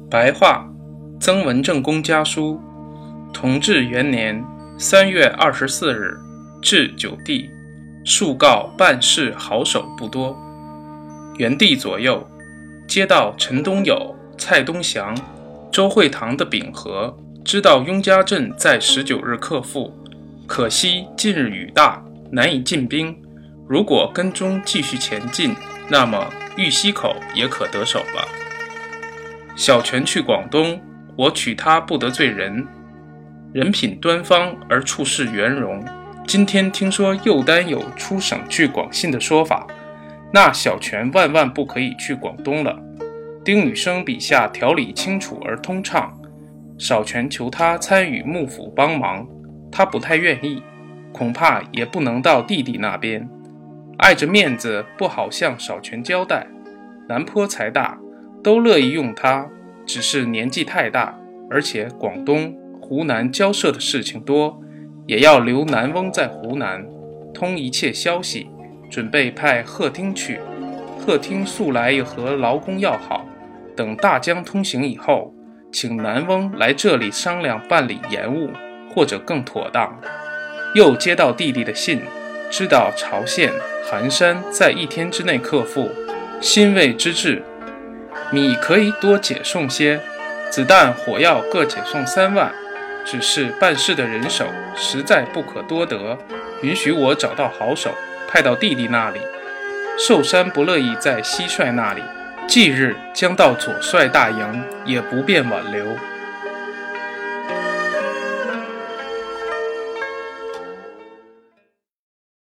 白话，曾文正公家书，同治元年3月24日，至九地，述告办事好手不多。元帝左右，接到陈东友、蔡东祥、周惠堂的禀和，知道雍家镇在19日克复，可惜近日雨大，难以进兵。如果跟踪继续前进，那么玉溪口也可得手了。小泉去广东，我取他不得罪人，人品端方而处事圆融。今天听说又单有出省去广信的说法，那小泉万万不可以去广东了。丁禹生笔下条理清楚而通畅，小泉求他参与幕府帮忙，他不太愿意，恐怕也不能到弟弟那边，碍着面子不好向小泉交代。南坡财大，都乐意用他，只是年纪太大，而且广东、湖南交涉的事情多，也要留南翁在湖南通一切消息，准备派贺听去。贺听素来也和劳工要好，等大江通行以后，请南翁来这里商量办理延误，或者更妥当。又接到弟弟的信，知道朝鲜、韩山在1天之内克复，欣慰之至。米可以多解送些，子弹、火药各解送3万，只是办事的人手实在不可多得，允许我找到好手，派到弟弟那里。寿山不乐意在蟋蟀那里，即日将到左帅大营，也不便挽留。